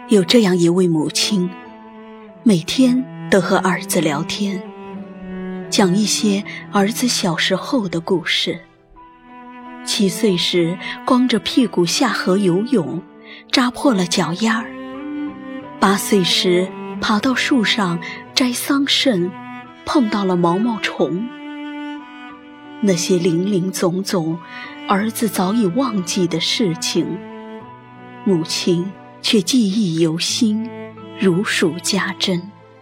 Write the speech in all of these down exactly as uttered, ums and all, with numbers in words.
有这样一位母亲，每天都和儿子聊天，讲一些儿子小时候的故事。七岁时光着屁股下河游泳，扎破了脚丫儿；八岁时爬到树上摘桑葚，碰到了毛毛虫。那些零零总总儿子早已忘记的事情，母亲却记忆犹新，如数家珍。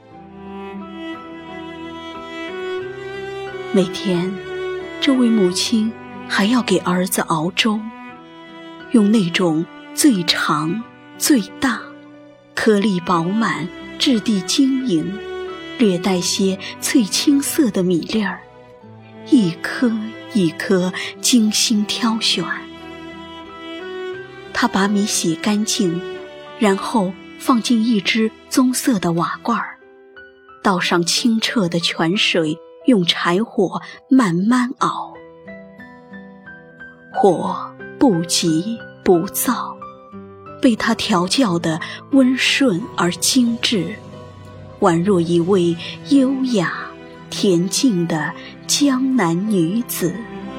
每天，这位母亲还要给儿子熬粥，用那种最长、最大、颗粒饱满、质地晶莹、略带些翠青色的米粒儿，一颗一颗精心挑选。他把米洗干净，然后放进一只棕色的瓦罐，倒上清澈的泉水，用柴火慢慢熬。火不急不躁，被他调教得温顺而精致，宛若一位优雅恬静的江南女子。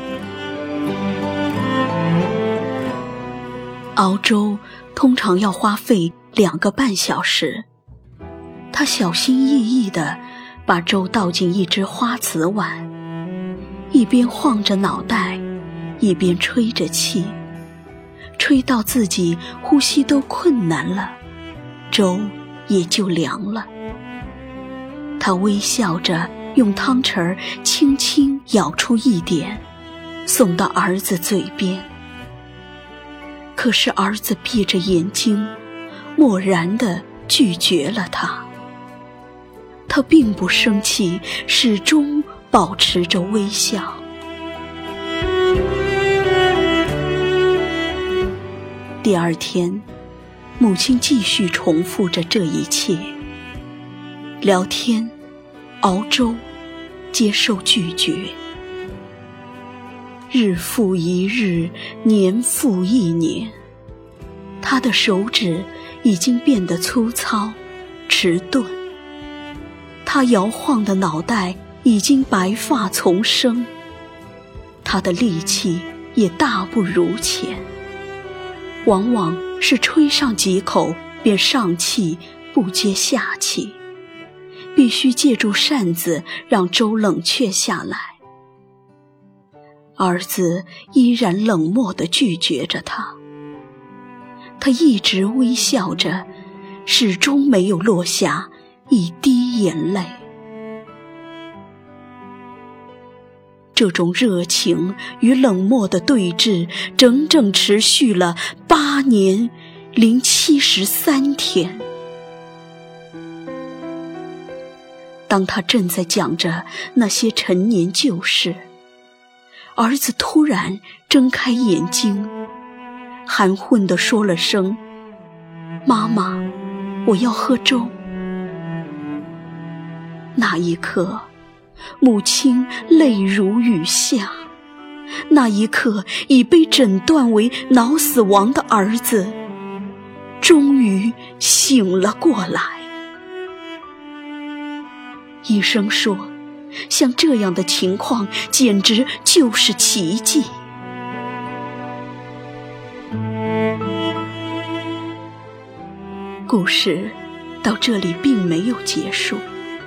熬粥通常要花费两个半小时，他小心翼翼地把粥倒进一只花瓷碗，一边晃着脑袋，一边吹着气，吹到自己呼吸都困难了，粥也就凉了。他微笑着用汤匙轻轻舀出一点，送到儿子嘴边。可是儿子闭着眼睛，漠然地拒绝了他。他并不生气，始终保持着微笑。第二天，母亲继续重复着这一切：聊天、熬粥、接受拒绝。日复一日，年复一年，他的手指已经变得粗糙、迟钝，他摇晃的脑袋已经白发丛生，他的力气也大不如前，往往是吹上几口便上气不接下气，必须借助扇子让粥冷却下来。儿子依然冷漠地拒绝着他，他一直微笑着，始终没有落下一滴眼泪。这种热情与冷漠的对峙，整整持续了八年零七十三天。当他正在讲着那些陈年旧事，儿子突然睁开眼睛，含混地说了声：“妈妈，我要喝粥。”那一刻，母亲泪如雨下。那一刻，已被诊断为脑死亡的儿子终于醒了过来。医生说，像这样的情况简直就是奇迹。故事到这里并没有结束。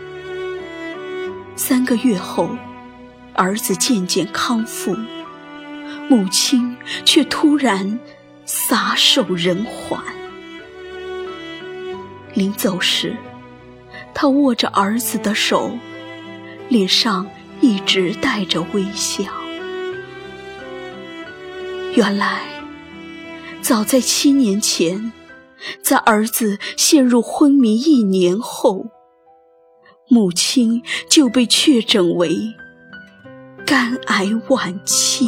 三个月后，儿子渐渐康复，母亲却突然撒手人寰。临走时，他握着儿子的手，脸上一直带着微笑。原来，早在七年前，在儿子陷入昏迷一年后，母亲就被确诊为肝癌晚期。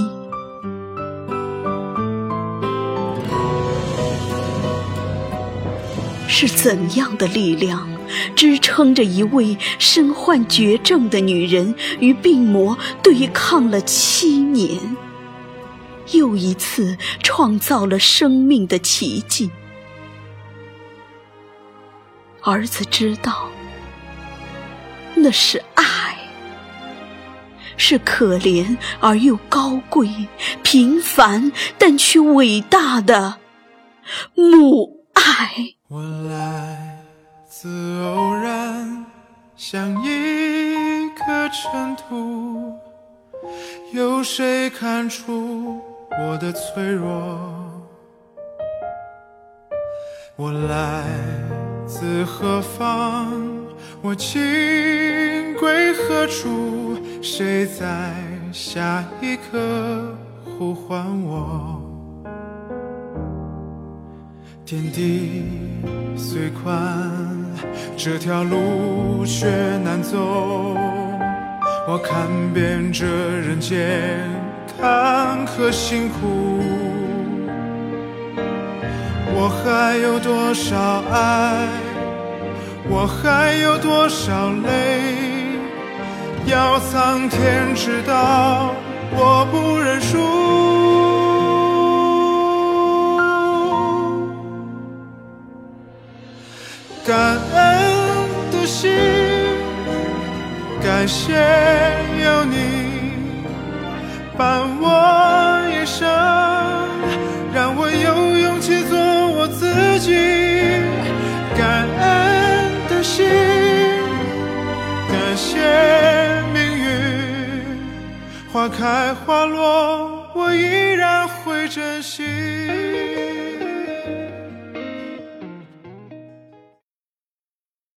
是怎样的力量支撑着一位身患绝症的女人与病魔对抗了七年，又一次创造了生命的奇迹？ 儿子知道，那是爱，是可怜而又高贵，平凡但却伟大的母爱。 我来自偶然，像一颗尘土，有谁看出我的脆弱？我来自何方？我情归何处？谁在下一刻呼唤我？天地虽宽，这条路却难走。我看遍这人间坎坷辛苦，我还有多少爱，我还有多少泪，要苍天知道，我不认输。感恩的心，感谢有你伴我一生，让我有勇气做我自己。感恩的心，感谢命运，花开花落，我依